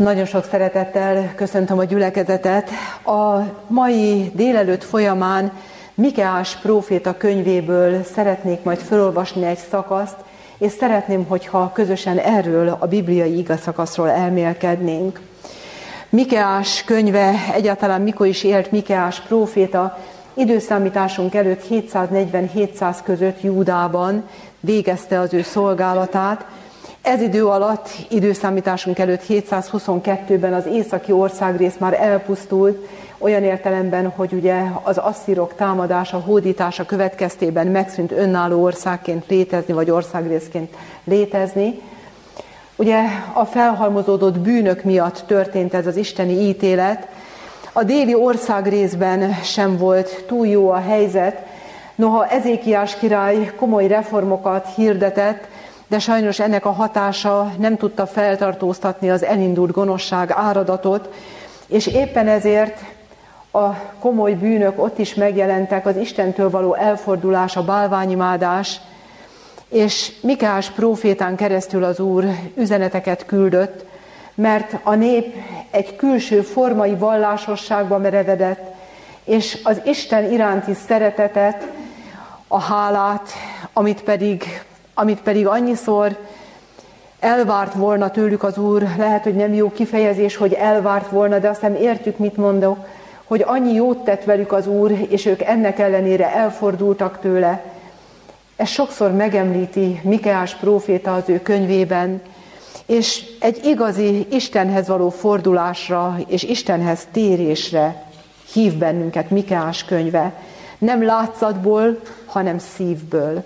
Nagyon sok szeretettel köszöntöm a gyülekezetet. A mai délelőtt folyamán Mikeás próféta könyvéből szeretnék majd felolvasni egy szakaszt, és szeretném, hogyha közösen erről a bibliai igazszakaszról elmélkednénk. Mikeás könyve, egyáltalán mikor is élt Mikeás próféta, időszámításunk előtt 740-700 között Júdában végezte az ő szolgálatát. Ez idő alatt, időszámításunk előtt 722-ben az északi országrész már elpusztult, olyan értelemben, hogy ugye az asszírok támadása, hódítása következtében megszűnt önálló országként létezni, vagy országrészként létezni. Ugye a felhalmozódott bűnök miatt történt ez az isteni ítélet. A déli országrészben sem volt túl jó a helyzet, noha Ezékiás király komoly reformokat hirdetett, de sajnos ennek a hatása nem tudta feltartóztatni az elindult gonoszság áradatot, és éppen ezért a komoly bűnök ott is megjelentek, az Istentől való elfordulás, a bálványimádás, és Mikeás prófétán keresztül az Úr üzeneteket küldött, mert a nép egy külső formai vallásosságba merevedett, és az Isten iránti szeretetet, a hálát, amit pedig annyiszor elvárt volna tőlük az Úr, lehet, hogy nem jó kifejezés, hogy elvárt volna, de aztán értjük, mit mondok, hogy annyi jót tett velük az Úr, és ők ennek ellenére elfordultak tőle. Ez sokszor megemlíti Mikeás próféta az ő könyvében, és egy igazi Istenhez való fordulásra és Istenhez térésre hív bennünket Mikeás könyve. Nem látszatból, hanem szívből.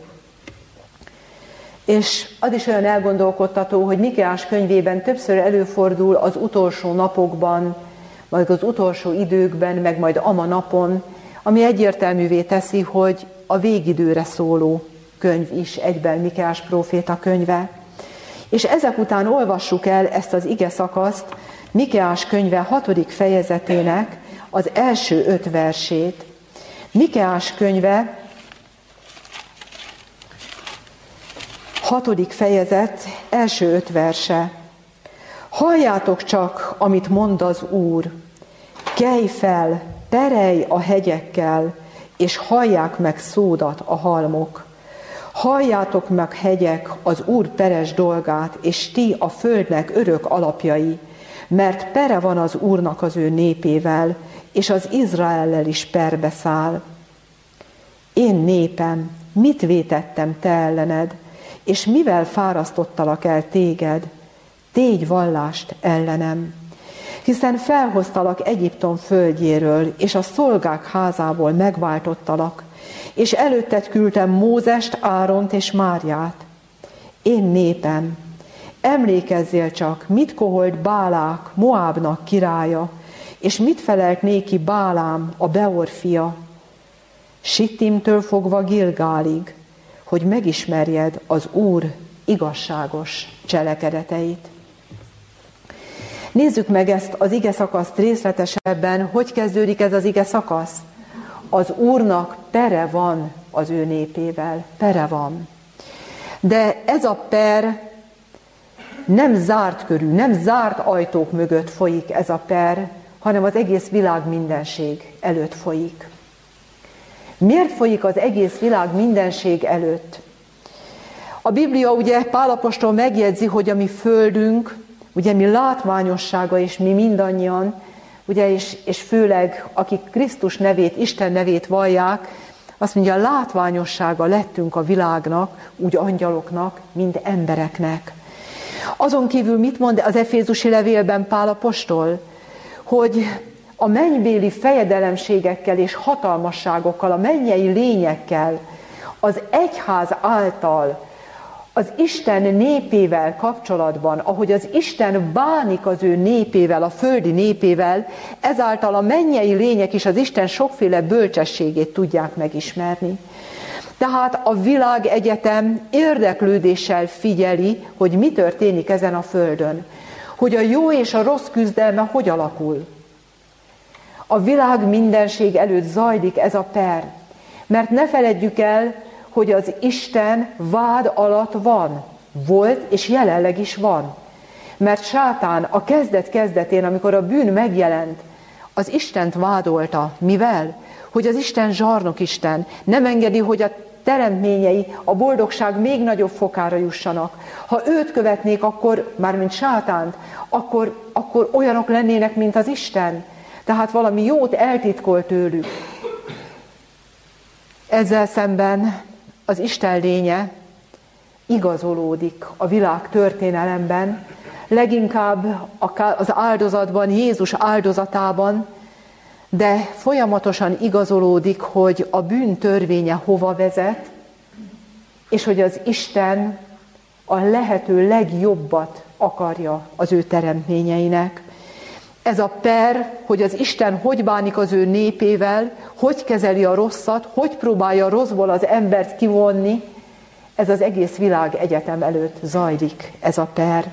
És az is olyan elgondolkodtató, hogy Mikeás könyvében többször előfordul az utolsó napokban, vagy az utolsó időkben, meg majd ama napon, ami egyértelművé teszi, hogy a végidőre szóló könyv is egyben Mikeás próféta könyve. És ezek után olvassuk el ezt az ige szakaszt, Mikeás könyve 6. fejezetének az első 5 versét. Mikeás könyve 6. fejezet, első 5 verse. Halljátok csak, amit mond az Úr. Kelj fel, perelj a hegyekkel, és hallják meg szódat a halmok. Halljátok meg, hegyek, az Úr peres dolgát, és ti a földnek örök alapjai, mert pere van az Úrnak az ő népével, és az Izraellel is perbe száll. Én népem, mit vétettem te ellened, és mivel fárasztottalak el téged? Tégy vallást ellenem. Hiszen felhoztalak Egyiptom földjéről, és a szolgák házából megváltottalak, és előtted küldtem Mózest, Áront és Máriát. Én népem, emlékezzél csak, mit koholt Bálák, Moábnak királya, és mit felelt néki Bálám, a Beor fia. Sittimtől fogva Gilgálig, hogy megismerjed az Úr igazságos cselekedeteit. Nézzük meg ezt az ige szakaszt részletesebben. Hogy kezdődik ez az ige szakasz? Az Úrnak pere van az ő népével. Pere van. De ez a per nem zárt körül, nem zárt ajtók mögött folyik ez a per, hanem az egész világ mindenség előtt folyik. Miért folyik az egész világ mindenség előtt? A Biblia, ugye Pál apostol megjegyzi, hogy a mi földünk, ugye mi látványossága, és mi mindannyian, ugye, és főleg akik Krisztus nevét, Isten nevét vallják, azt mondja, a látványossága lettünk a világnak, úgy angyaloknak, mint embereknek. Azon kívül mit mond az Efézusi levélben Pál apostol? Hogy a mennybéli fejedelemségekkel és hatalmasságokkal, a mennyei lényekkel, az egyház által, az Isten népével kapcsolatban, ahogy az Isten bánik az ő népével, a földi népével, ezáltal a mennyei lények is az Isten sokféle bölcsességét tudják megismerni. Tehát a világegyetem érdeklődéssel figyeli, hogy mi történik ezen a földön. Hogy a jó és a rossz küzdelme hogy alakul. A világ mindenség előtt zajlik ez a per. Mert ne feledjük el, hogy az Isten vád alatt van, volt és jelenleg is van. Mert sátán a kezdet-kezdetén, amikor a bűn megjelent, az Istent vádolta. Mivel? Hogy az Isten zsarnokisten, nem engedi, hogy a teremtményei a boldogság még nagyobb fokára jussanak. Ha őt követnék, akkor, mármint sátánt, akkor olyanok lennének, mint az Isten. Tehát valami jót eltitkol tőlük. Ezzel szemben az Isten lénye igazolódik a világ történelemben, leginkább az áldozatban, Jézus áldozatában, de folyamatosan igazolódik, hogy a bűn törvénye hova vezet, és hogy az Isten a lehető legjobbat akarja az ő teremtményeinek. Ez a per, hogy az Isten hogy bánik az ő népével, hogy kezeli a rosszat, hogy próbálja a rosszból az embert kivonni, ez az egész világ egyetem előtt zajlik, ez a per.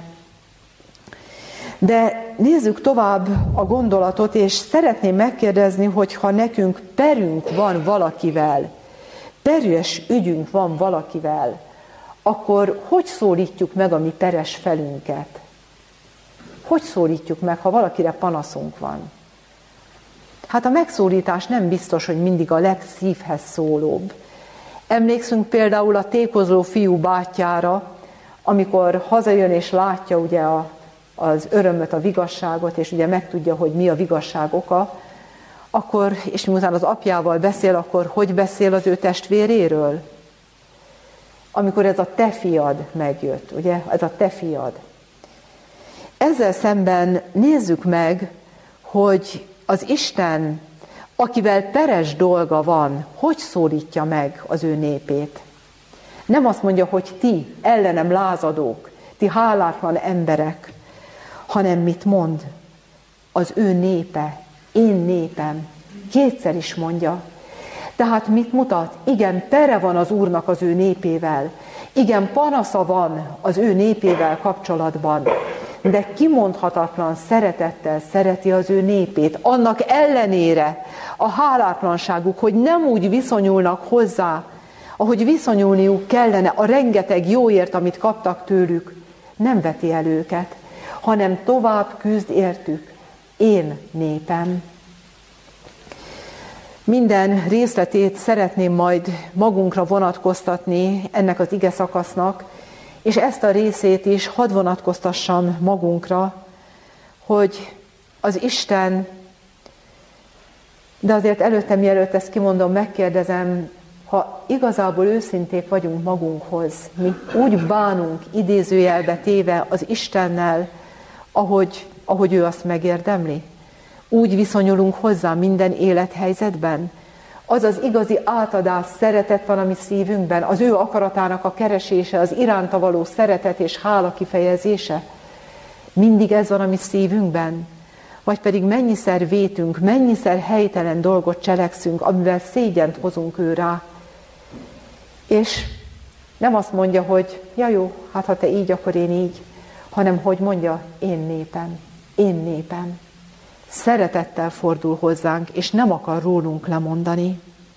De nézzük tovább a gondolatot, és szeretném megkérdezni, hogy ha nekünk perünk van valakivel, perűs ügyünk van valakivel, akkor hogy szólítjuk meg a mi peres felünket? Hogy szólítjuk meg, ha valakire panaszunk van? Hát a megszólítás nem biztos, hogy mindig a legszívhez szólóbb. Emlékszünk például a tékozló fiú bátyjára, amikor hazajön és látja ugye az örömöt, a vigasságot, és ugye megtudja, hogy mi a vigasság oka, akkor, és miután az apjával beszél, akkor hogy beszél az ő testvéréről? Amikor ez a te fiad megjött, ugye? Ez a te fiad. Ezzel szemben nézzük meg, hogy az Isten, akivel peres dolga van, hogy szólítja meg az ő népét. Nem azt mondja, hogy ti ellenem lázadók, ti hálátlan emberek, hanem mit mond? Az ő népe, én népem. Kétszer is mondja. Tehát mit mutat? Igen, pere van az Úrnak az ő népével. Igen, panasza van az ő népével kapcsolatban. De kimondhatatlan szeretettel szereti az ő népét. Annak ellenére a hálátlanságuk, hogy nem úgy viszonyulnak hozzá, ahogy viszonyulniuk kellene a rengeteg jóért, amit kaptak tőlük, nem veti el őket, hanem tovább küzd értük. Én népem. Minden részletét szeretném majd magunkra vonatkoztatni ennek az ige szakasznak, és ezt a részét is hadd vonatkoztassam magunkra, hogy az Isten, de azért előtte, mielőtt ezt kimondom, megkérdezem, ha igazából őszinték vagyunk magunkhoz, mi úgy bánunk idézőjelbe téve az Istennel, ahogy ő azt megérdemli? Úgy viszonyulunk hozzá minden élethelyzetben? Az az igazi átadás, szeretet van a mi szívünkben, az ő akaratának a keresése, az iránta való szeretet és hála kifejezése? Mindig ez van a mi szívünkben? Vagy pedig mennyiszer vétünk, mennyiszer helytelen dolgot cselekszünk, amivel szégyent hozunk ő rá? És nem azt mondja, hogy ja jó, hát ha te így, akkor én így, hanem hogy mondja, én népem, én népem. Szeretettel fordul hozzánk, és nem akar rólunk lemondani.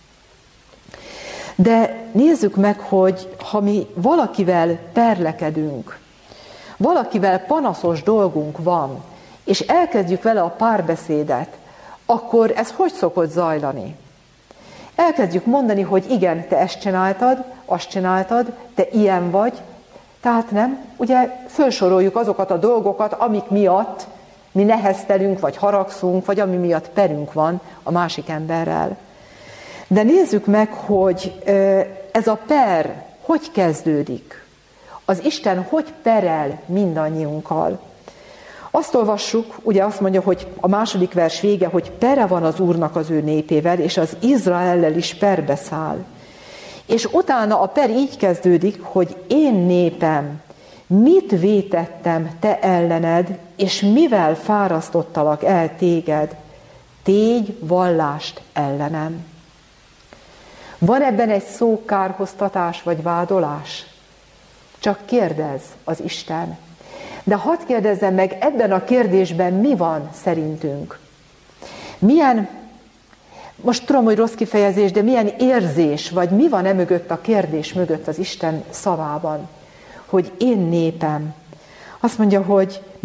De nézzük meg, hogy ha mi valakivel perlekedünk, valakivel panaszos dolgunk van, és elkezdjük vele a párbeszédet, akkor ez hogy szokott zajlani? Elkezdjük mondani, hogy igen, te ezt csináltad, azt csináltad, te ilyen vagy, tehát nem, ugye felsoroljuk azokat a dolgokat, amik miatt mi neheztelünk, vagy haragszunk, vagy ami miatt perünk van a másik emberrel. De nézzük meg, hogy ez a per hogy kezdődik. Az Isten hogy perel mindannyiunkkal. Azt olvassuk, ugye azt mondja, hogy a második vers vége, hogy pere van az Úrnak az ő népével, és az Izraellel is perbe száll. És utána a per így kezdődik, hogy én népem, mit vétettem te ellened, és mivel fárasztottalak el téged? Tégy vallást ellenem. Van ebben egy szókárhoztatás vagy vádolás? Csak kérdez az Isten. De hadd kérdezzem meg, ebben a kérdésben mi van szerintünk? Milyen, most tudom, hogy rossz kifejezés, de milyen érzés, vagy mi van mögött a kérdés mögött az Isten szavában? Hogy én népem. Azt mondja, hogy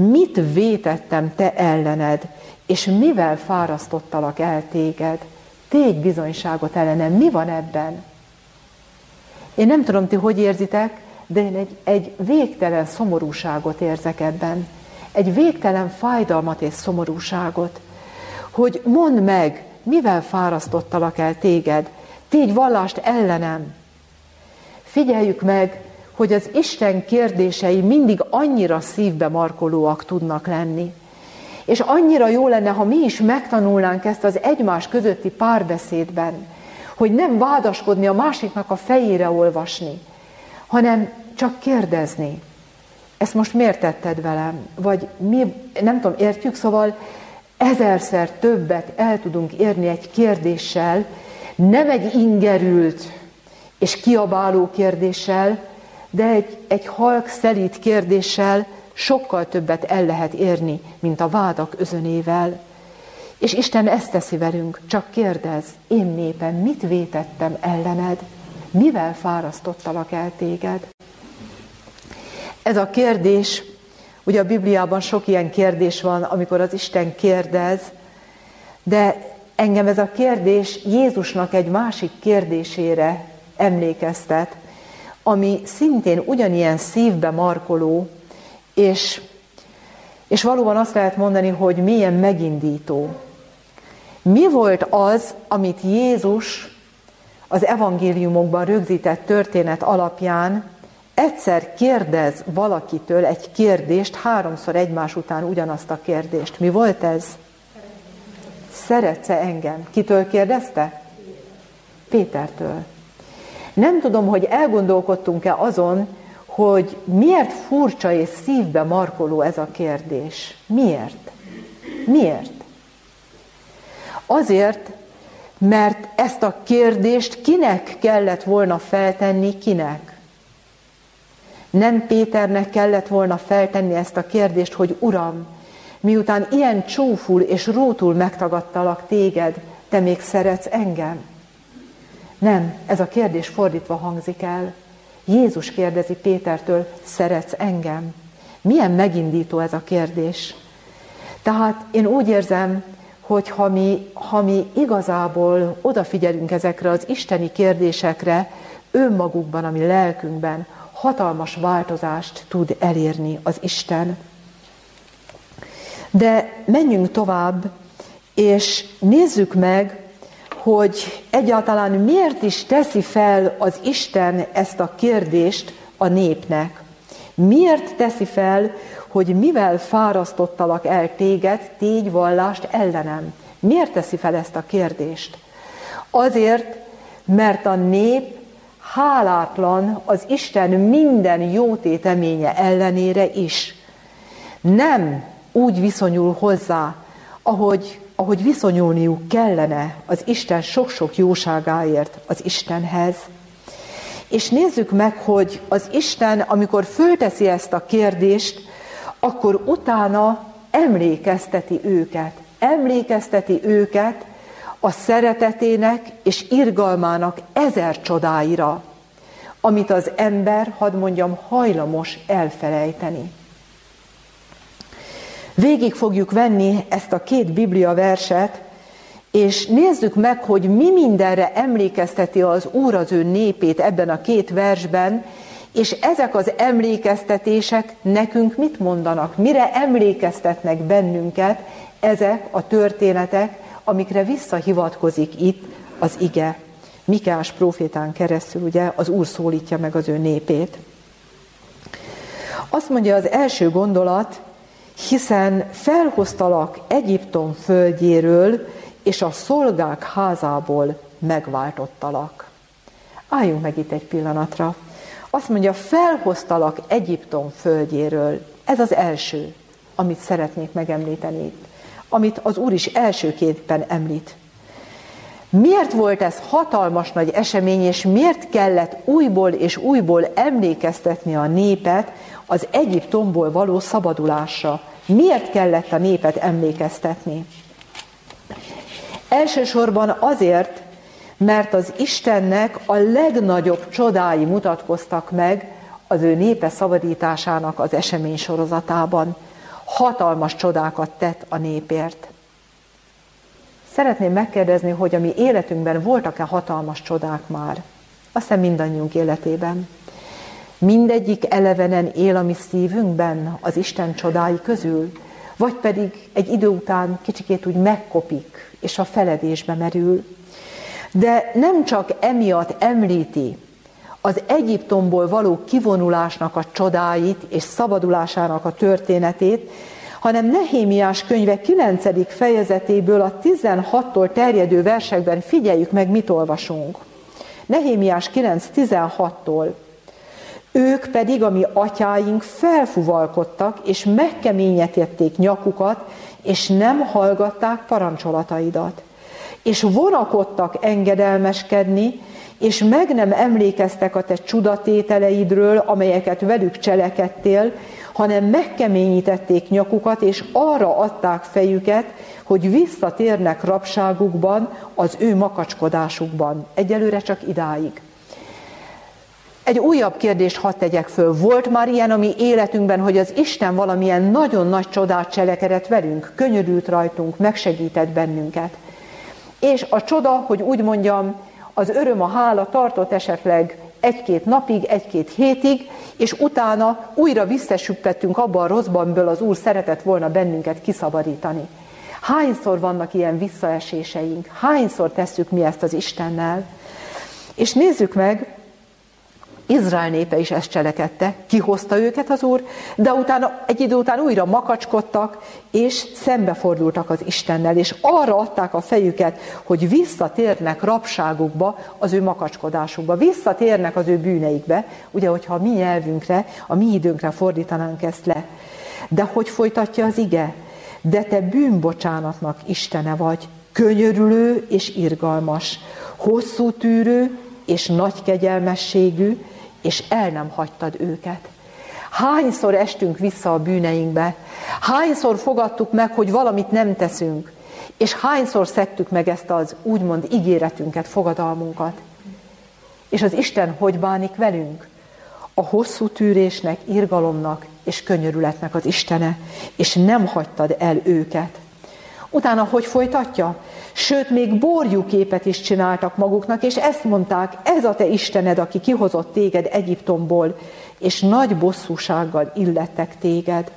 mit vétettem te ellened, és mivel fárasztottalak el téged? Tégy bizonyságot ellenem. Mi van ebben? Én nem tudom, ti hogy érzitek, de én egy végtelen szomorúságot érzek ebben. Egy végtelen fájdalmat és szomorúságot. Hogy mondd meg, mivel fárasztottalak el téged? Tégy vallást ellenem. Figyeljük meg, hogy az Isten kérdései mindig annyira szívbe markolóak tudnak lenni. És annyira jó lenne, ha mi is megtanulnánk ezt az egymás közötti párbeszédben, hogy nem vádaskodni, a másiknak a fejére olvasni, hanem csak kérdezni. Ezt most miért tetted velem? Vagy mi, nem tudom, értjük? Szóval ezerszer többet el tudunk érni egy kérdéssel, nem egy ingerült és kiabáló kérdéssel, de egy halk, szelíd kérdéssel sokkal többet el lehet érni, mint a vádak özönével. És Isten ezt teszi velünk, csak kérdezz, én népem, mit vétettem ellened? Mivel fárasztottalak el téged? Ez a kérdés, ugye a Bibliában sok ilyen kérdés van, amikor az Isten kérdez, de engem ez a kérdés Jézusnak egy másik kérdésére emlékeztet, ami szintén ugyanilyen szívbe markoló, és valóban azt lehet mondani, hogy milyen megindító. Mi volt az, amit Jézus az evangéliumokban rögzített történet alapján egyszer kérdez valakitől egy kérdést, 3-szor egymás után ugyanazt a kérdést. Mi volt ez? Szeretsz-e engem? Kitől kérdezte? Pétertől. Nem tudom, hogy elgondolkodtunk-e azon, hogy miért furcsa és szívbe markoló ez a kérdés. Miért? Miért? Azért, mert ezt a kérdést kinek kellett volna feltenni, kinek? Nem Péternek kellett volna feltenni ezt a kérdést, hogy Uram, miután ilyen csúful és rótul megtagadtalak téged, te még szeretsz engem? Nem, ez a kérdés fordítva hangzik el. Jézus kérdezi Pétertől, szeretsz engem? Milyen megindító ez a kérdés? Tehát én úgy érzem, hogy ha mi igazából odafigyelünk ezekre az isteni kérdésekre, önmagukban, a mi lelkünkben hatalmas változást tud elérni az Isten. De menjünk tovább, és nézzük meg, hogy egyáltalán miért is teszi fel az Isten ezt a kérdést a népnek. Miért teszi fel, hogy mivel fárasztottalak el téged, tégy vallást ellenem? Miért teszi fel ezt a kérdést? Azért, mert a nép hálátlan az Isten minden jótéteménye ellenére is. Nem úgy viszonyul hozzá, ahogy viszonyulniuk kellene az Isten sok-sok jóságáért az Istenhez. És nézzük meg, hogy az Isten, amikor fölteszi ezt a kérdést, akkor utána emlékezteti őket a szeretetének és irgalmának 1000 csodáira, amit az ember, hadd mondjam, hajlamos elfelejteni. Végig fogjuk venni ezt a 2 Biblia verset, és nézzük meg, hogy mi mindenre emlékezteti az Úr az ő népét ebben a 2 versben, és ezek az emlékeztetések nekünk mit mondanak? Mire emlékeztetnek bennünket ezek a történetek, amikre visszahivatkozik itt az ige? Mikeás prófétán keresztül ugye az Úr szólítja meg az ő népét. Azt mondja az első gondolat, hiszen felhoztalak Egyiptom földjéről, és a szolgák házából megváltottalak. Álljunk meg itt egy pillanatra. Azt mondja, felhoztalak Egyiptom földjéről. Ez az első, amit szeretnék megemlíteni itt. Amit az Úr is elsőképpen említ. Miért volt ez hatalmas nagy esemény, és miért kellett újból és újból emlékeztetni a népet az Egyiptomból való szabadulásra? Miért kellett a népet emlékeztetni? Elsősorban azért, mert az Istennek a legnagyobb csodái mutatkoztak meg az ő népe szabadításának az eseménysorozatában. hatalmas csodákat tett a népért. Szeretném megkérdezni, hogy a mi életünkben voltak-e hatalmas csodák már? Azt hiszem mindannyiunk életében. Mindegyik elevenen él a mi szívünkben az Isten csodái közül, vagy pedig egy idő után kicsikét úgy megkopik, és a feledésbe merül. De nem csak emiatt említi az Egyiptomból való kivonulásnak a csodáit és szabadulásának a történetét, hanem Nehémiás könyve 9. fejezetéből a 16-tól terjedő versekben figyeljük meg, mit olvasunk. Nehémiás 9.16-tól. Ők pedig, a mi atyáink felfuvalkodtak, és megkeményítették nyakukat, és nem hallgatták parancsolataidat. És vonakodtak engedelmeskedni, és meg nem emlékeztek a te csudatételeidről, amelyeket velük cselekedtél, hanem megkeményítették nyakukat, és arra adták fejüket, hogy visszatérnek rabságukban, az ő makacskodásukban. Egyelőre csak idáig. Egy újabb kérdést hadd tegyek föl. Volt már ilyen a mi életünkben, hogy az Isten valamilyen nagyon nagy csodát cselekedett velünk, könyörült rajtunk, megsegített bennünket. És a csoda, hogy úgy mondjam, az öröm, a hála tartott esetleg 1-2 napig, 1-2 hétig, és utána újra visszasüppettünk abban a rosszban, amiből az Úr szeretett volna bennünket kiszabadítani. Hányszor vannak ilyen visszaeséseink? Hányszor tesszük mi ezt az Istennel? És nézzük meg, Izrael népe is ezt cselekedte, kihozta őket az Úr, de utána, egy idő után újra makacskodtak, és szembefordultak az Istennel, és arra adták a fejüket, hogy visszatérnek rabságukba, az ő makacskodásukba, visszatérnek az ő bűneikbe, ugye, hogyha a mi nyelvünkre, a mi időnkre fordítanánk ezt le. De hogy folytatja az ige? De te bűnbocsánatnak Istene vagy, könyörülő és irgalmas, hosszú tűrő és nagy kegyelmességű, és el nem hagytad őket. Hányszor estünk vissza a bűneinkbe, hányszor fogadtuk meg, hogy valamit nem teszünk, és hányszor szegtük meg ezt az úgymond ígéretünket, fogadalmunkat. És az Isten hogy bánik velünk? A hosszú tűrésnek, irgalomnak és könyörületnek az Istene, és nem hagytad el őket. Utána hogy folytatja? Sőt, még borjúképet is csináltak maguknak, és ezt mondták, ez a te Istened, aki kihozott téged Egyiptomból, és nagy bosszúsággal illettek téged.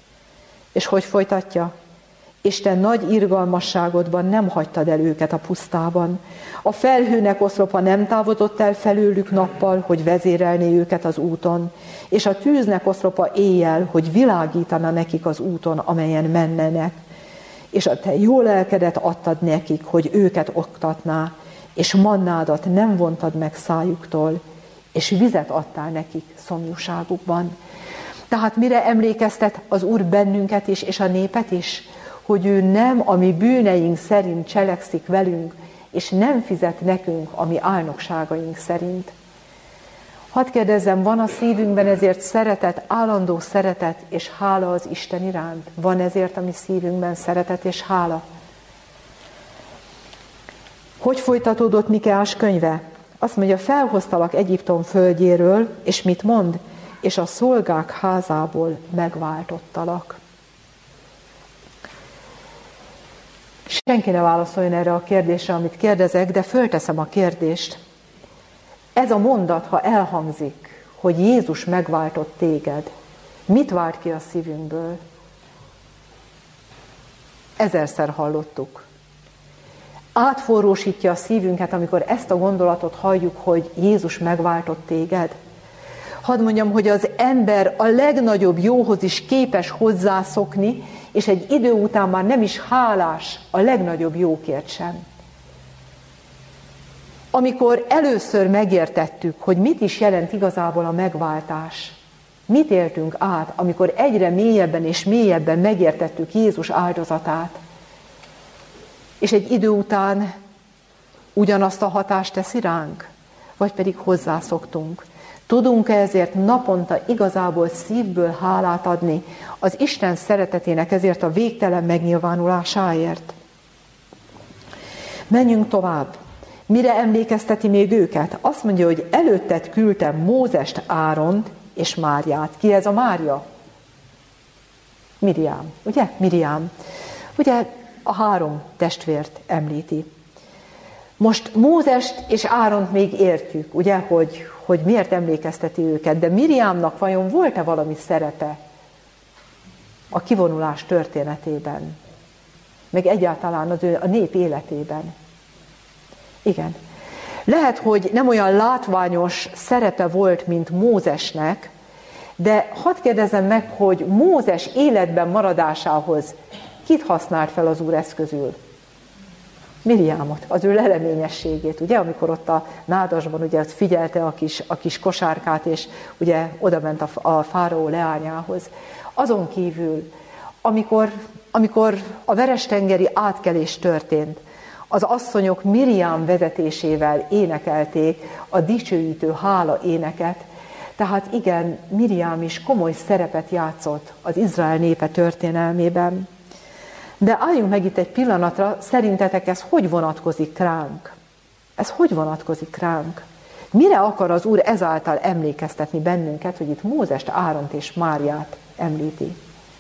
És hogy folytatja? És te nagy irgalmasságodban nem hagytad el őket a pusztában. A felhőnek oszlopa nem távozott el felőlük nappal, hogy vezérelné őket az úton, és a tűznek oszlopa éjjel, hogy világítana nekik az úton, amelyen mennenek. És a te jó lelkedet adtad nekik, hogy őket oktatná, és mannádat nem vontad meg szájuktól, és vizet adtál nekik szomjúságukban. Tehát mire emlékeztet az Úr bennünket is, és a népet is? Hogy ő nem a mi bűneink szerint cselekszik velünk, és nem fizet nekünk a mi álnokságaink szerint. Hadd kérdezzem, van a szívünkben ezért szeretet, állandó szeretet és hála az Isten iránt? Van ezért a mi szívünkben szeretet és hála? Hogy folytatódott Mikeás könyve? Azt mondja, felhoztalak Egyiptom földjéről, és mit mond? És a szolgák házából megváltottalak. Senki ne válaszoljon erre a kérdésre, amit kérdezek, de fölteszem a kérdést. Ez a mondat, ha elhangzik, hogy Jézus megváltott téged, mit vált ki a szívünkből? 1000-szer hallottuk. Átforrósítja a szívünket, amikor ezt a gondolatot halljuk, hogy Jézus megváltott téged. Hadd mondjam, hogy az ember a legnagyobb jóhoz is képes hozzászokni, és egy idő után már nem is hálás a legnagyobb jókért sem. Amikor először megértettük, hogy mit is jelent igazából a megváltás, mit éltünk át, amikor egyre mélyebben és mélyebben megértettük Jézus áldozatát, és egy idő után ugyanazt a hatást teszi ránk, vagy pedig hozzászoktunk. Tudunk-e ezért naponta igazából szívből hálát adni az Isten szeretetének ezért a végtelen megnyilvánulásáért? Menjünk tovább. Mire emlékezteti még őket? Azt mondja, hogy előtted küldtem Mózest, Áront és Máriát. Ki ez a Mária? Miriám, ugye? Miriám. Ugye a 3 testvért említi. Most Mózest és Áront még értjük, ugye, hogy miért emlékezteti őket, de Miriámnak vajon volt-e valami szerepe a kivonulás történetében? Meg egyáltalán a nép életében? Igen. Lehet, hogy nem olyan látványos szerepe volt, mint Mózesnek, de hadd kérdezem meg, hogy Mózes életben maradásához kit használt fel az Úr eszközül? Miriámot, az ő leleményességét, ugye, amikor ott a nádasban ugye figyelte a kis kosárkát, és ugye odament a fáraó leányához. Azon kívül, amikor a Verestengeri átkelés történt, az asszonyok Miriám vezetésével énekelték a dicsőítő hála éneket, tehát igen, Miriám is komoly szerepet játszott az Izrael népe történelmében. De álljunk meg itt egy pillanatra, szerintetek ez hogy vonatkozik ránk? Ez hogy vonatkozik ránk? Mire akar az Úr ezáltal emlékeztetni bennünket, hogy itt Mózest, Áront és Máriát említi?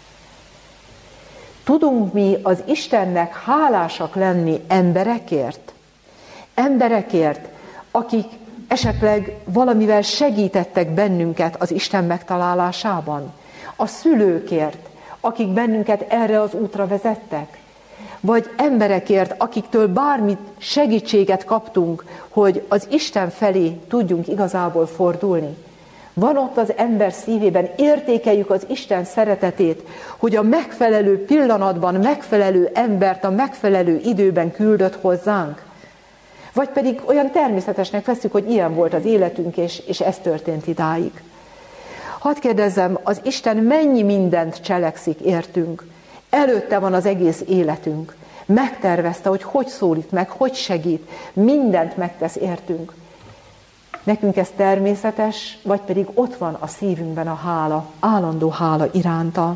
Tudunk mi az Istennek hálásak lenni emberekért? Emberekért, akik esetleg valamivel segítettek bennünket az Isten megtalálásában? A szülőkért, akik bennünket erre az útra vezettek? Vagy emberekért, akiktől bármit segítséget kaptunk, hogy az Isten felé tudjunk igazából fordulni? Van ott az ember szívében, értékeljük az Isten szeretetét, hogy a megfelelő pillanatban, megfelelő embert a megfelelő időben küldött hozzánk? Vagy pedig olyan természetesnek vesszük, hogy ilyen volt az életünk, és ez történt idáig. Hadd kérdezzem, az Isten mennyi mindent cselekszik értünk? Előtte van az egész életünk. Megtervezte, hogy szólít meg, hogy segít, mindent megtesz értünk. Nekünk ez természetes, vagy pedig ott van a szívünkben a hála, állandó hála iránta.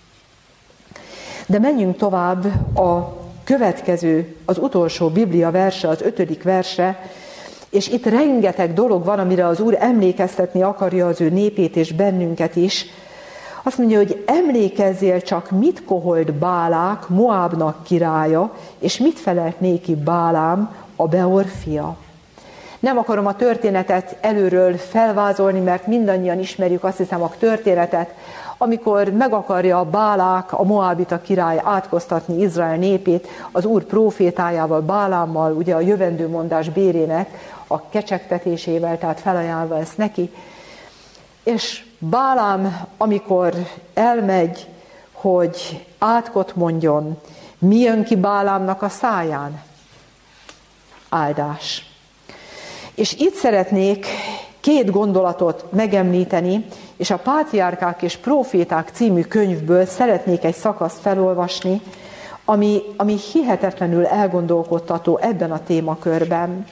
De menjünk tovább, a következő, az utolsó Biblia verse, az 5. verse, és itt rengeteg dolog van, amire az Úr emlékeztetni akarja az ő népét és bennünket is. Azt mondja, hogy emlékezzél csak, mit koholt Bálák, Moábnak királya, és mit felelt néki Bálám, a Beor fia. Nem akarom a történetet előről felvázolni, mert mindannyian ismerjük, azt hiszem, a történetet, amikor meg akarja Bálák, a Moábita király átkoztatni Izrael népét, az Úr prófétájával, Bálámmal, ugye a jövendőmondás bérének a kecsegtetésével, tehát felajánlva ezt neki. És Bálám, amikor elmegy, hogy átkot mondjon, mi jön ki Bálámnak a száján? Áldás. És itt szeretnék 2 gondolatot megemlíteni, és a Pátriárkák és Próféták című könyvből szeretnék egy szakaszt felolvasni, ami hihetetlenül elgondolkodtató ebben a témakörben.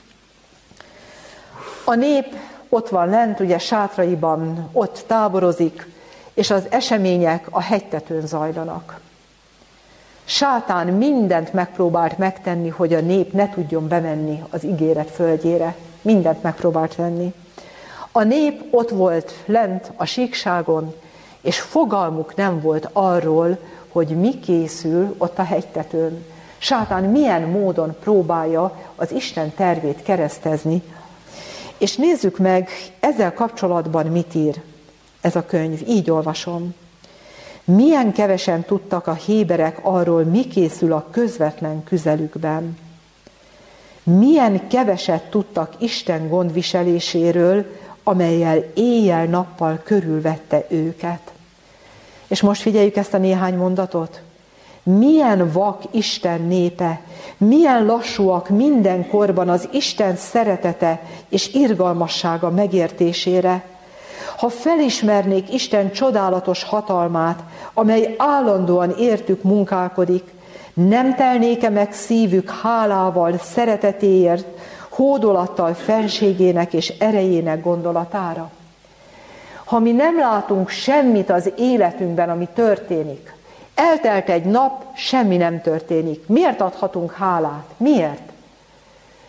A nép ott van lent, ugye sátraiban, ott táborozik, és az események a hegytetőn zajlanak. Sátán mindent megpróbált megtenni, hogy a nép ne tudjon bemenni az ígéret földjére. Mindent megpróbált tenni. A nép ott volt lent a síkságon, és fogalmuk nem volt arról, hogy mi készül ott a hegytetőn. Sátán milyen módon próbálja az Isten tervét keresztezni. És nézzük meg, ezzel kapcsolatban mit ír ez a könyv. Így olvasom. Milyen kevesen tudtak a héberek arról, mi készül a közvetlen közelükben. Milyen keveset tudtak Isten gondviseléséről, amellyel éjjel-nappal körülvette őket. És most figyeljük ezt a néhány mondatot. Milyen vak Isten népe, milyen lassúak mindenkorban az Isten szeretete és irgalmassága megértésére. Ha felismernék Isten csodálatos hatalmát, amely állandóan értük munkálkodik, nem telnék-e meg szívük hálával, szeretetéért, hódolattal fenségének és erejének gondolatára? Ha mi nem látunk semmit az életünkben, ami történik, eltelt egy nap, semmi nem történik. Miért adhatunk hálát? Miért?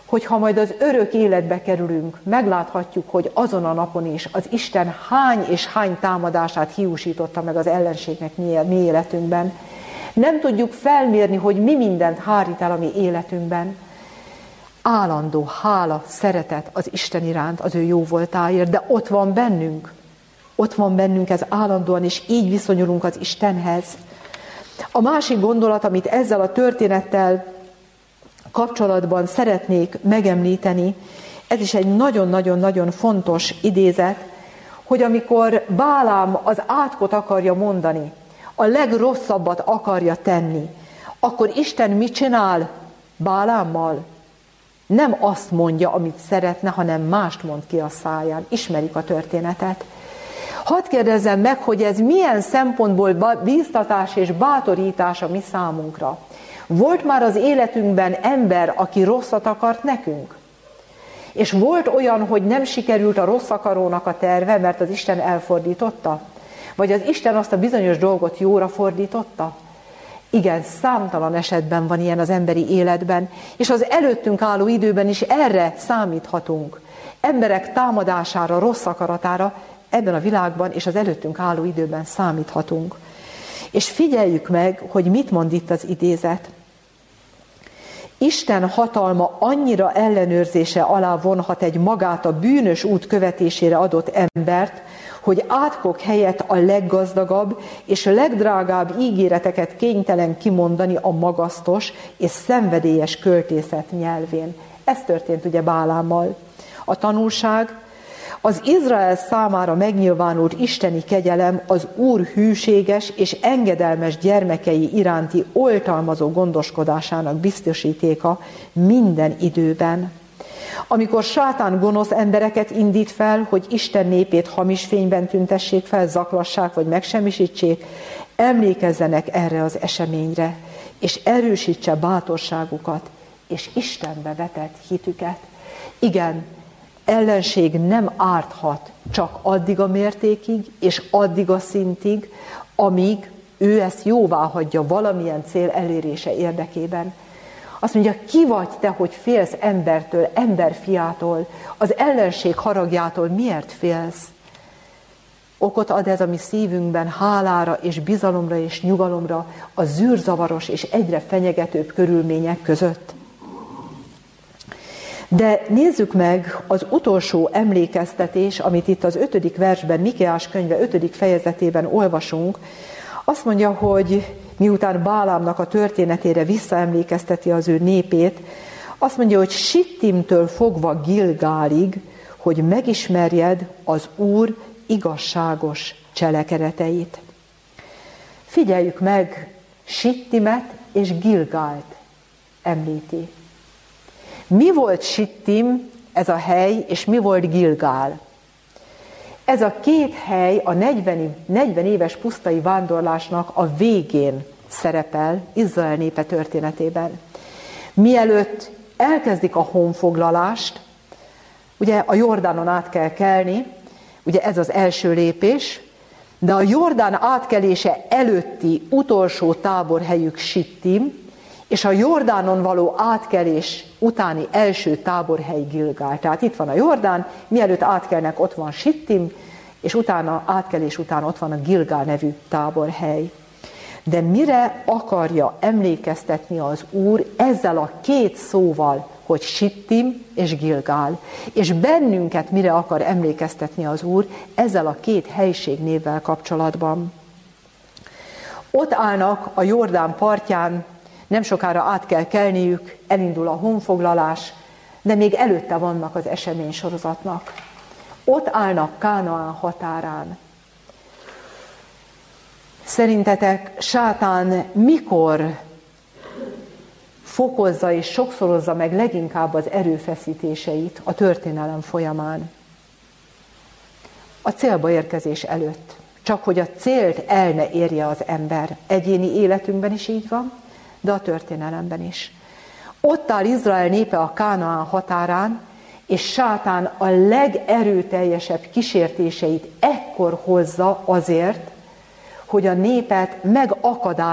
hogyha majd az örök életbe kerülünk, megláthatjuk, hogy azon a napon is az Isten hány és hány támadását hiúsította meg az ellenségnek mi életünkben. Nem tudjuk felmérni, hogy mi mindent hárít el a mi életünkben. Állandó hála, szeretet az Isten iránt, az ő jó voltáért, de ott van bennünk. Ott van bennünk ez állandóan, és így viszonyulunk az Istenhez. A másik gondolat, amit ezzel a történettel kapcsolatban szeretnék megemlíteni, ez is egy nagyon-nagyon-nagyon fontos idézet, hogy amikor Bálám az átkot akarja mondani, a legrosszabbat akarja tenni, akkor Isten mit csinál Bálámmal? Nem azt mondja, amit szeretne, hanem mást mond ki a száján. Ismerik a történetet. Hadd kérdezzem meg, hogy ez milyen szempontból bíztatás és bátorítás a mi számunkra. Volt már az életünkben ember, aki rosszat akart nekünk? És volt olyan, hogy nem sikerült a rossz akarónak a terve, mert az Isten elfordította? Vagy az Isten azt a bizonyos dolgot jóra fordította? Igen, számtalan esetben van ilyen az emberi életben, és az előttünk álló időben is erre számíthatunk. Emberek támadására, rossz akaratára ebben a világban és az előttünk álló időben számíthatunk. És figyeljük meg, hogy mit mond itt az idézet. Isten hatalma annyira ellenőrzése alá vonhat egy magát a bűnös út követésére adott embert, hogy átkok helyett a leggazdagabb és a legdrágább ígéreteket kénytelen kimondani a magasztos és szenvedélyes költészet nyelvén. Ez történt ugye Bálámmal. A tanulság: az Izrael számára megnyilvánult isteni kegyelem az Úr hűséges és engedelmes gyermekei iránti oltalmazó gondoskodásának biztosítéka minden időben. Amikor sátán gonosz embereket indít fel, hogy Isten népét hamis fényben tüntessék fel, zaklassák vagy megsemmisítsék, emlékezzenek erre az eseményre, és erősítse bátorságukat, és Istenbe vetett hitüket. Igen, ellenség nem árthat csak addig a mértékig, és addig a szintig, amíg ő ezt jóvá hagyja valamilyen cél elérése érdekében. Azt mondja, ki vagy te, hogy félsz embertől, emberfiától, az ellenség haragjától, miért félsz? Okot ad ez a mi szívünkben hálára és bizalomra és nyugalomra a zűrzavaros és egyre fenyegetőbb körülmények között. De nézzük meg az utolsó emlékeztetés, amit itt az 5. versben, Mikéás könyve 5. fejezetében olvasunk. Azt mondja, hogy miután Bálámnak a történetére visszaemlékezteti az ő népét, azt mondja, hogy Sittimtől fogva Gilgálig, hogy megismerjed az Úr igazságos cselekedeteit. Figyeljük meg, Sittimet és Gilgált említi. Mi volt Sittim, ez a hely, és mi volt Gilgál? Ez a két hely a 40 éves pusztai vándorlásnak a végén szerepel Izrael népe történetében. Mielőtt elkezdik a honfoglalást, ugye a Jordánon át kell kelni, ugye ez az első lépés, de a Jordán átkelése előtti utolsó táborhelyük Sittim, és a Jordánon való átkelés utáni első táborhely Gilgál. Tehát itt van a Jordán, mielőtt átkelnek, ott van Sittim, és utána, átkelés után ott van a Gilgál nevű táborhely. De mire akarja emlékeztetni az Úr ezzel a két szóval, hogy Sittim és Gilgál? És bennünket mire akar emlékeztetni az Úr ezzel a két helységnévvel kapcsolatban? Ott állnak a Jordán partján, nem sokára át kell kelniük, elindul a honfoglalás, de még előtte vannak az eseménysorozatnak. Ott állnak Kánaán határán. Szerintetek sátán mikor fokozza és sokszorozza meg leginkább az erőfeszítéseit a történelem folyamán? A célba érkezés előtt. Csak hogy a célt el ne érje az ember. Egyéni életünkben is így van, de a történelemben is. Ott áll Izrael népe a Kánaán határán, és sátán a legerőteljesebb kísértéseit ekkor hozza azért, hogy a népet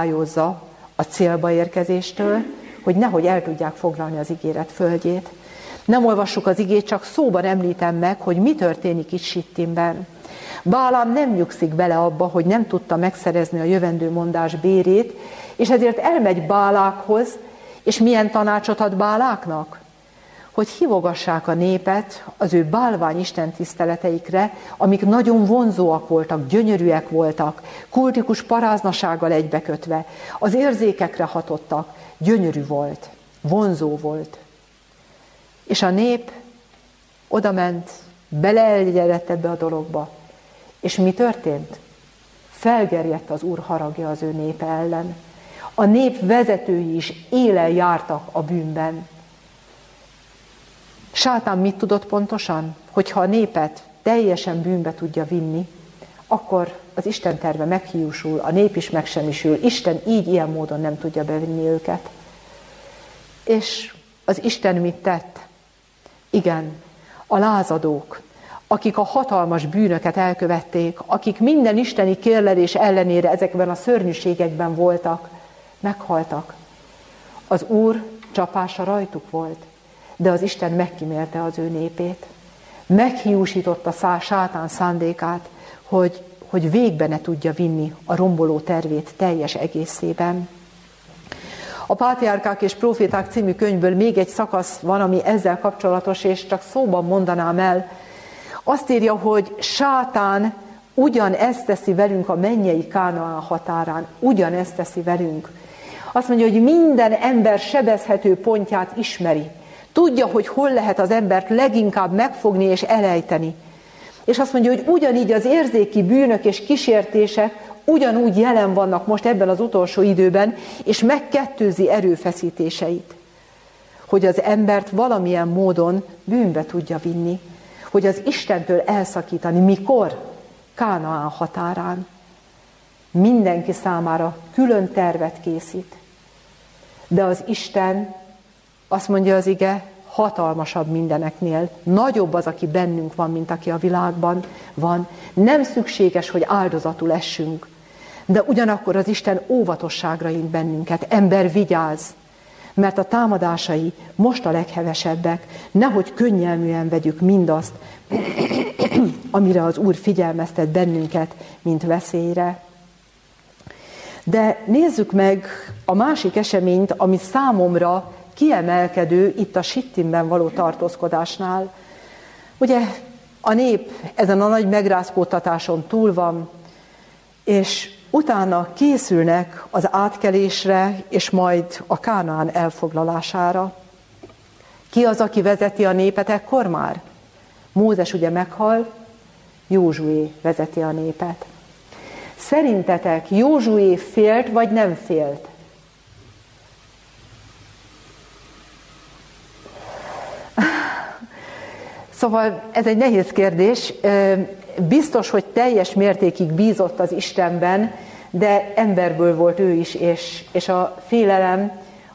megakadályozza a célba érkezéstől, hogy nehogy el tudják foglalni az ígéret földjét. Nem olvassuk az igét, csak szóban említem meg, hogy mi történik itt Sittimben. Bálám nem nyugszik bele abba, hogy nem tudta megszerezni a jövendő mondás bérét, és ezért elmegy Bálákhoz, és milyen tanácsot ad Báláknak? Hogy hívogassák a népet az ő bálvány istentiszteleteikre, amik nagyon vonzóak voltak, gyönyörűek voltak, kultikus paráznasággal egybekötve, az érzékekre hatottak, gyönyörű volt, vonzó volt. És a nép odament, beleelgyedett ebbe a dologba. És mi történt? Felgerjedt az Úr haragja az ő népe ellen. A nép vezetői is élen jártak a bűnben. Sátán mit tudott pontosan? Hogyha a népet teljesen bűnbe tudja vinni, akkor az Isten terve meghiúsul, a nép is megsemmisül, Isten így, ilyen módon nem tudja bevinni őket. És az Isten mit tett? Igen, a lázadók, akik a hatalmas bűnöket elkövették, akik minden isteni kérlelés ellenére ezekben a szörnyűségekben voltak, meghaltak. Az Úr csapása rajtuk volt, de az Isten megkímélte az ő népét. Meghiúsította Sátán szándékát, hogy végbe ne tudja vinni a romboló tervét teljes egészében. A Pátriárkák és Próféták című könyvből még egy szakasz van, ami ezzel kapcsolatos, és csak szóban mondanám el. Azt írja, hogy Sátán ugyanezt teszi velünk a mennyei Kánaán határán. Ugyanezt teszi velünk. Azt mondja, hogy minden ember sebezhető pontját ismeri. Tudja, hogy hol lehet az embert leginkább megfogni és elejteni. És azt mondja, hogy ugyanígy az érzéki bűnök és kísértések ugyanúgy jelen vannak most ebben az utolsó időben, és megkettőzi erőfeszítéseit, hogy az embert valamilyen módon bűnbe tudja vinni, hogy az Istentől elszakítani. Mikor? Kánaán határán. Mindenki számára külön tervet készít. De az Isten, azt mondja az ige, hatalmasabb mindeneknél. Nagyobb az, aki bennünk van, mint aki a világban van. Nem szükséges, hogy áldozatul essünk. De ugyanakkor az Isten óvatosságra int bennünket. Ember, vigyázz! Mert a támadásai most a leghevesebbek. Nehogy könnyelműen vegyük mindazt, amire az Úr figyelmeztet bennünket, mint veszélyre. De nézzük meg a másik eseményt, ami számomra kiemelkedő itt a Sittimben való tartózkodásnál. Ugye a nép ezen a nagy megrázkódtatáson túl van, és utána készülnek az átkelésre, és majd a Kánaán elfoglalására. Ki az, aki vezeti a népet ekkor már? Mózes ugye meghal, Józsué vezeti a népet. Szerintetek Józsué félt, vagy nem félt? Szóval ez egy nehéz kérdés. Biztos, hogy teljes mértékig bízott az Istenben, de emberből volt ő is, és a félelem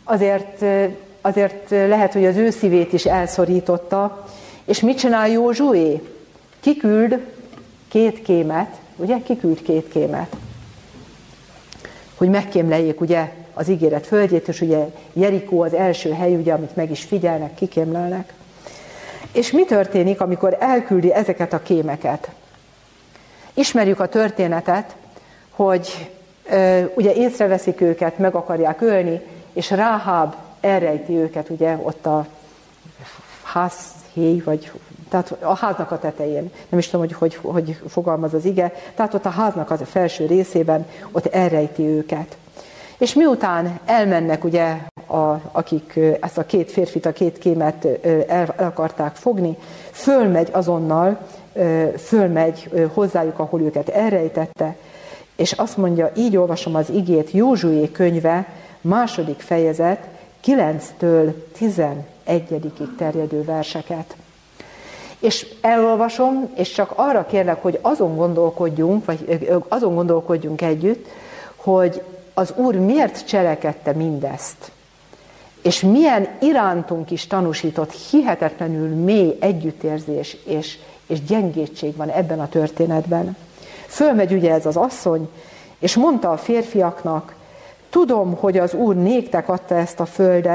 azért lehet, hogy az ő szívét is elszorította. És mit csinál Józsué? Kiküld 2 kémet, ugye? Kiküld 2 kémet, hogy megkémleljék ugye az ígéret földjét, és ugye Jerikó az első hely, ugye, amit meg is figyelnek, kikémlelnek. És mi történik, amikor elküldi ezeket a kémeket? Ismerjük a történetet, hogy ugye észreveszik őket, meg akarják ölni, és Ráháb elrejti őket ugye ott a házhéj, vagy tehát a háznak a tetején. Nem is tudom, hogy fogalmaz az ige. Tehát ott a háznak az a felső részében, ott elrejti őket. És miután elmennek ugye, akik ezt a 2 férfit, a 2 kémet el akarták fogni, fölmegy azonnal, fölmegy hozzájuk, ahol őket elrejtette, és azt mondja, így olvasom az igét, Józsué könyve, 2. fejezet, 9-től 11-ig terjedő verseket. És elolvasom, és csak arra kérlek, hogy azon gondolkodjunk együtt, hogy az Úr miért cselekedte mindezt, és milyen irántunk is tanúsított hihetetlenül mély együttérzés és gyengétség van ebben a történetben. Fölmegy ugye ez az asszony, és mondta a férfiaknak, tudom, hogy az Úr néktek adta ezt a földet,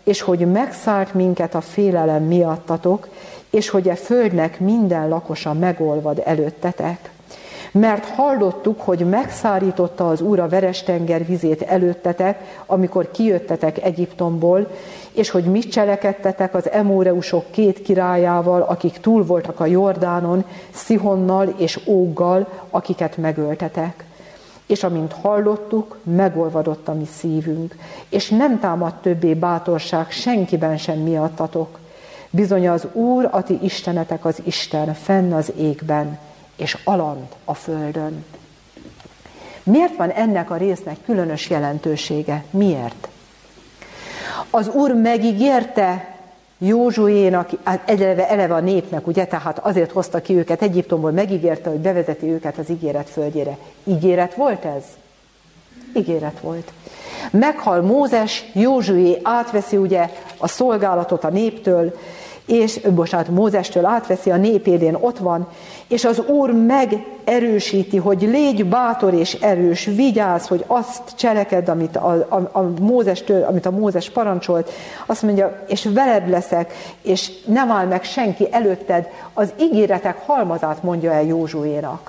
és hogy megszállt minket a félelem miattatok, és hogy a földnek minden lakosa megolvad előttetek. Mert hallottuk, hogy megszárította az Úr a Veres-tenger vizét előttetek, amikor kijöttetek Egyiptomból, és hogy mit cselekedtetek az emóreusok 2 királyával, akik túl voltak a Jordánon, Szihonnal és Óggal, akiket megöltetek. És amint hallottuk, megolvadott a mi szívünk, és nem támadt többé bátorság senkiben sem miattatok. Bizony az Úr, a ti istenetek az Isten fenn az égben, és alant a földön. Miért van ennek a résznek különös jelentősége? Miért? Az Úr megígérte Józsuénak, eleve a népnek, ugye, tehát azért hozta ki őket Egyiptomból, megígérte, hogy bevezeti őket az ígéret földjére. Ígéret volt ez? Ígéret volt. Meghal Mózes, Józsué átveszi ugye a szolgálatot a néptől, és Mózestől átveszi, a nép élén ott van, és az Úr megerősíti, hogy légy bátor és erős, vigyázz, hogy azt cselekedd, amit a Mózes parancsolt, azt mondja, és veled leszek, és nem áll meg senki előtted, az ígéretek halmazát mondja el Józsuénak.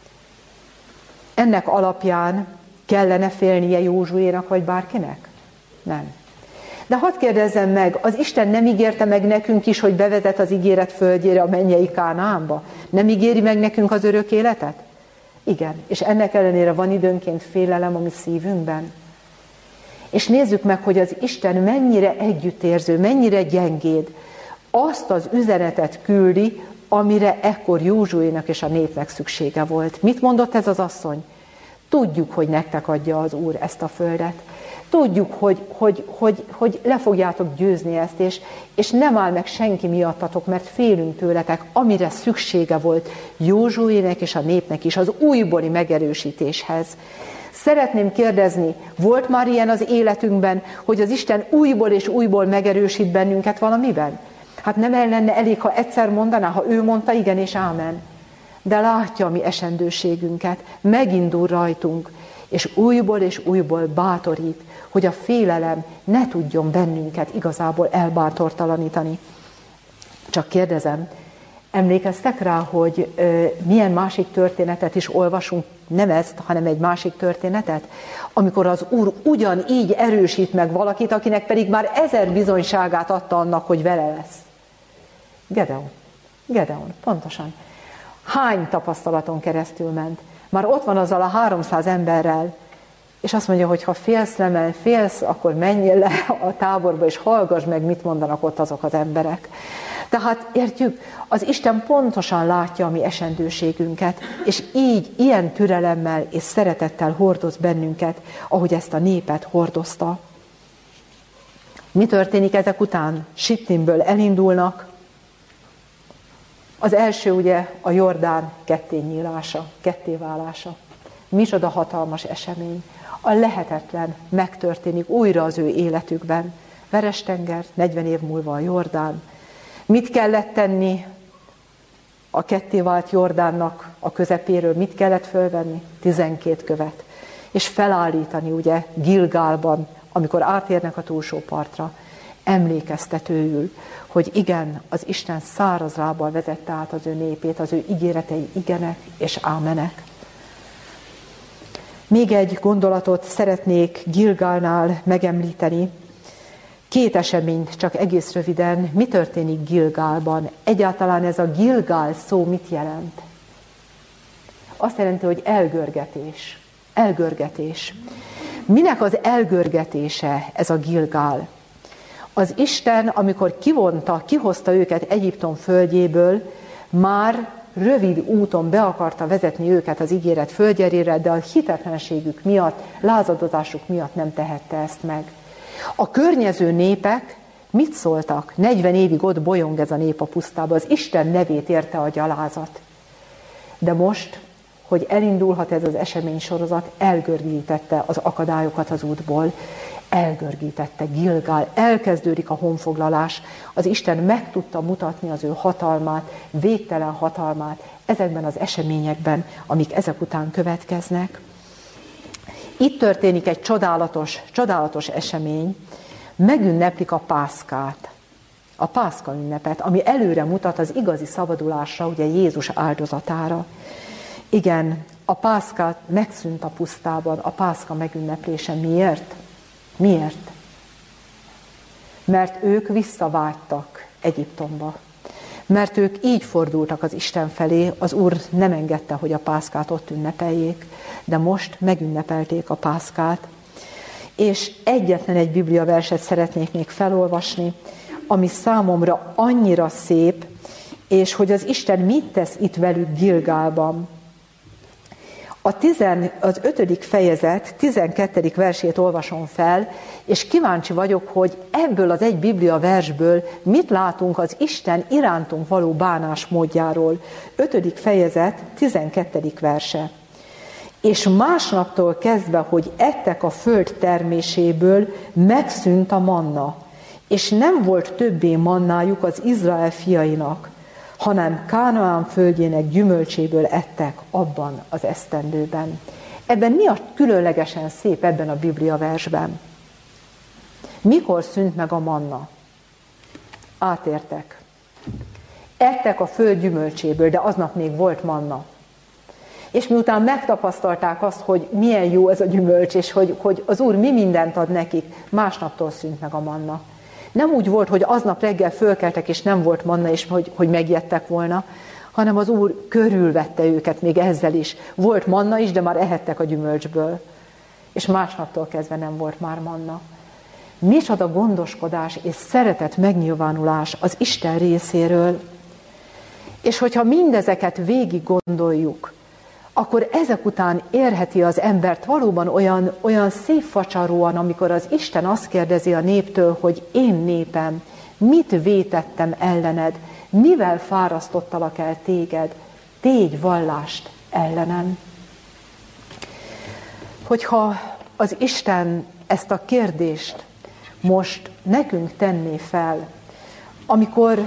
Ennek alapján kellene félnie Józsuénak, vagy bárkinek? Nem. De hadd kérdezzem meg, az Isten nem ígérte meg nekünk is, hogy bevezet az ígéret földjére, a mennyei Kánaánba? Nem ígéri meg nekünk az örök életet? Igen, és ennek ellenére van időnként félelem a mi szívünkben. És nézzük meg, hogy az Isten mennyire együttérző, mennyire gyengéd. Azt az üzenetet küldi, amire ekkor Józsuénak és a népnek szüksége volt. Mit mondott ez az asszony? Tudjuk, hogy nektek adja az Úr ezt a földet. Tudjuk, hogy le fogjátok győzni ezt, és nem áll meg senki miattatok, mert félünk tőletek, amire szüksége volt Józsuének és a népnek is az újbóli megerősítéshez. Szeretném kérdezni, volt már ilyen az életünkben, hogy az Isten újból és újból megerősít bennünket valamiben? Hát nem lenne elég, ha egyszer mondaná, ha ő mondta, igen és ámen. De látja a mi esendőségünket, megindul rajtunk, és újból bátorít, hogy a félelem ne tudjon bennünket igazából elbátortalanítani. Csak kérdezem, emlékeztek rá, hogy milyen másik történetet is olvasunk, nem ezt, hanem egy másik történetet, amikor az Úr ugyanígy erősít meg valakit, akinek pedig már 1000 bizonyságát adta annak, hogy vele lesz. Gedeon, pontosan. Hány tapasztalaton keresztül ment? Már ott van azzal a 300 emberrel, és azt mondja, hogy ha félsz, akkor menjél le a táborba, és hallgass meg, mit mondanak ott azok az emberek. Tehát értjük, az Isten pontosan látja a mi esendőségünket, és így, ilyen türelemmel és szeretettel hordoz bennünket, ahogy ezt a népet hordozta. Mi történik ezek után? Sittimből elindulnak. Az első ugye a Jordán kettéválása. Micsoda hatalmas esemény. A lehetetlen megtörténik újra az ő életükben. Veres-tenger, 40 év múlva a Jordán. Mit kellett tenni a kettévált Jordánnak a közepéről? Mit kellett fölvenni? 12 követ. És felállítani ugye Gilgálban, amikor átérnek a túlsó partra, emlékeztetőül, hogy igen, az Isten száraz lábbal vezette át az ő népét, az ő ígéretei igenek és ámenek. Még egy gondolatot szeretnék Gilgálnál megemlíteni. 2 eseményt csak egész röviden. Mi történik Gilgálban? Egyáltalán ez a Gilgál szó mit jelent? Azt jelenti, hogy elgörgetés. Elgörgetés. Minek az elgörgetése ez a Gilgál? Az Isten, amikor kihozta őket Egyiptom földjéből, már rövid úton be akarta vezetni őket az ígéret földjére, de a hitetlenségük miatt, lázadozásuk miatt nem tehette ezt meg. A környező népek mit szóltak? 40 évig ott bolyong ez a nép a pusztába, az Isten nevét érte a gyalázat. De most, hogy elindulhat ez az eseménysorozat, elgördítette az akadályokat az útból, elgörgítette Gilgál, elkezdődik a honfoglalás, az Isten meg tudta mutatni az ő hatalmát, végtelen hatalmát ezekben az eseményekben, amik ezek után következnek. Itt történik egy csodálatos esemény, megünneplik a Pászkát, a Pászka ünnepet, ami előre mutat az igazi szabadulásra, ugye Jézus áldozatára. Igen, a Pászka megszűnt a pusztában, a Pászka megünneplése. Miért? Miért? Mert ők visszavágytak Egyiptomba. Mert ők így fordultak az Isten felé, az Úr nem engedte, hogy a Pászkát ott ünnepeljék, de most megünnepelték a Pászkát. És egyetlen egy bibliaverset szeretnék még felolvasni, ami számomra annyira szép, és hogy az Isten mit tesz itt velük Gilgálban. Az 5. fejezet 12. versét olvasom fel, és kíváncsi vagyok, hogy ebből az egy biblia versből mit látunk az Isten irántunk való bánásmódjáról. 5. fejezet 12. verse. És másnaptól kezdve, hogy ettek a föld terméséből, megszűnt a manna, és nem volt többé mannájuk az Izrael fiainak, hanem Kánaán földjének gyümölcséből ettek abban az esztendőben. Ebben mi a különlegesen szép ebben a Biblia versben? Mikor szűnt meg a manna? Átértek. Ettek a föld gyümölcséből, de aznap még volt manna. És miután megtapasztalták azt, hogy milyen jó ez a gyümölcs, és hogy az Úr mi mindent ad nekik, másnaptól szűnt meg a manna. Nem úgy volt, hogy aznap reggel fölkeltek, és nem volt manna, és hogy megijedtek volna, hanem az Úr körülvette őket még ezzel is. Volt manna is, de már ehettek a gyümölcsből. És másnaptól kezdve nem volt már manna. Micsoda gondoskodás és szeretet megnyilvánulás az Isten részéről. És hogyha mindezeket végig gondoljuk, akkor ezek után érheti az embert valóban olyan szívfacsaróan, amikor az Isten azt kérdezi a néptől, hogy én népem, mit vétettem ellened, mivel fárasztottalak el téged, tégy vallást ellenem. Hogyha az Isten ezt a kérdést most nekünk tenné fel, amikor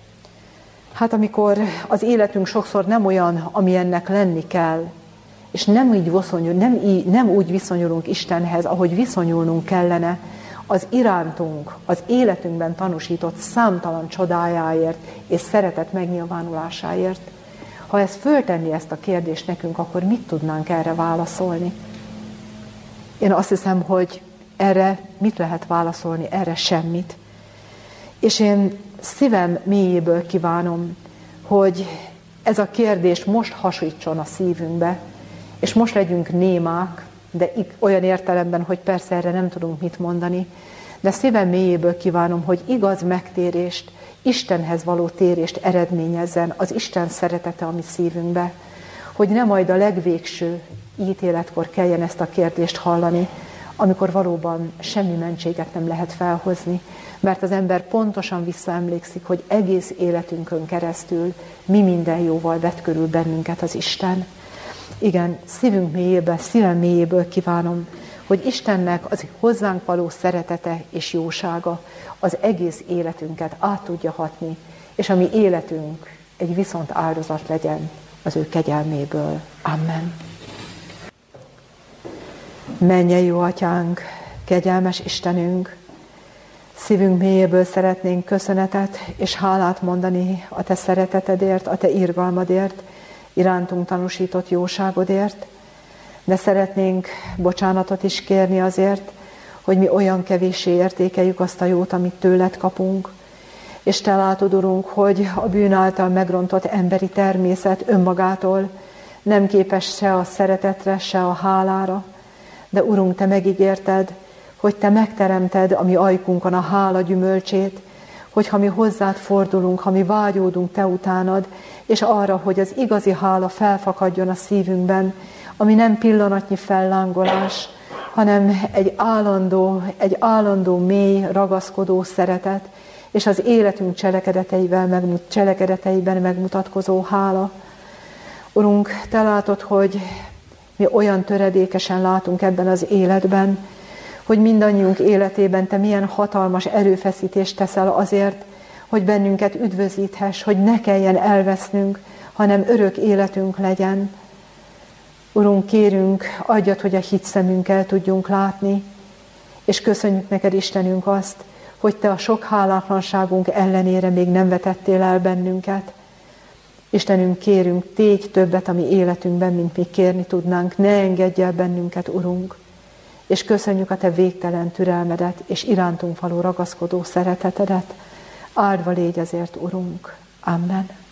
az életünk sokszor nem olyan, amilyennek lenni kell, és nem úgy viszonyulunk Istenhez, ahogy viszonyulnunk kellene, az irántunk, az életünkben tanúsított számtalan csodájáért és szeretet megnyilvánulásáért. Ha ez föltenni ezt a kérdést nekünk, akkor mit tudnánk erre válaszolni? Én azt hiszem, hogy erre mit lehet válaszolni? Erre semmit. És én szívem mélyéből kívánom, hogy ez a kérdés most hasítson a szívünkbe, és most legyünk némák, de olyan értelemben, hogy persze erre nem tudunk mit mondani, de szívem mélyéből kívánom, hogy igaz megtérést, Istenhez való térést eredményezzen az Isten szeretete a mi szívünkbe, hogy ne majd a legvégső ítéletkor kelljen ezt a kérdést hallani, amikor valóban semmi mentséget nem lehet felhozni, mert az ember pontosan visszaemlékszik, hogy egész életünkön keresztül mi minden jóval vett körül bennünket az Isten. Igen, szívem mélyéből kívánom, hogy Istennek az hozzánk való szeretete és jósága az egész életünket át tudja hatni, és a mi életünk egy viszont áldozat legyen az ő kegyelméből. Amen. Mennyei jó Atyánk, kegyelmes Istenünk, szívünk mélyéből szeretnénk köszönetet és hálát mondani a Te szeretetedért, a Te irgalmadért, irántunk tanúsított jóságodért, de szeretnénk bocsánatot is kérni azért, hogy mi olyan kevéssé értékeljük azt a jót, amit tőled kapunk, és Te látod, Urunk, hogy a bűn által megrontott emberi természet önmagától nem képes se a szeretetre, se a hálára, de Urunk, Te megígérted, hogy Te megteremted a mi ajkunkon a hála gyümölcsét, hogy ha mi hozzád fordulunk, ha mi vágyódunk Te utánad, és arra, hogy az igazi hála felfakadjon a szívünkben, ami nem pillanatnyi fellángolás, hanem egy állandó mély, ragaszkodó szeretet, és az életünk cselekedeteiben megmutatkozó hála. Urunk, Te látod, hogy mi olyan töredékesen látunk ebben az életben, hogy mindannyiunk életében Te milyen hatalmas erőfeszítést teszel azért, hogy bennünket üdvözíthess, hogy ne kelljen elvesznünk, hanem örök életünk legyen. Urunk, kérünk, adjad, hogy a hitszemünkkel tudjunk látni, És köszönjük neked, Istenünk, azt, hogy te a sok hálátlanságunk ellenére még nem vetettél el bennünket. Istenünk, kérünk, tégy többet a mi életünkben, mint mi kérni tudnánk. Ne engedj el bennünket, Urunk. És köszönjük a te végtelen türelmedet, és irántunk való ragaszkodó szeretetedet. Áldva légy ezért, Urunk. Amen.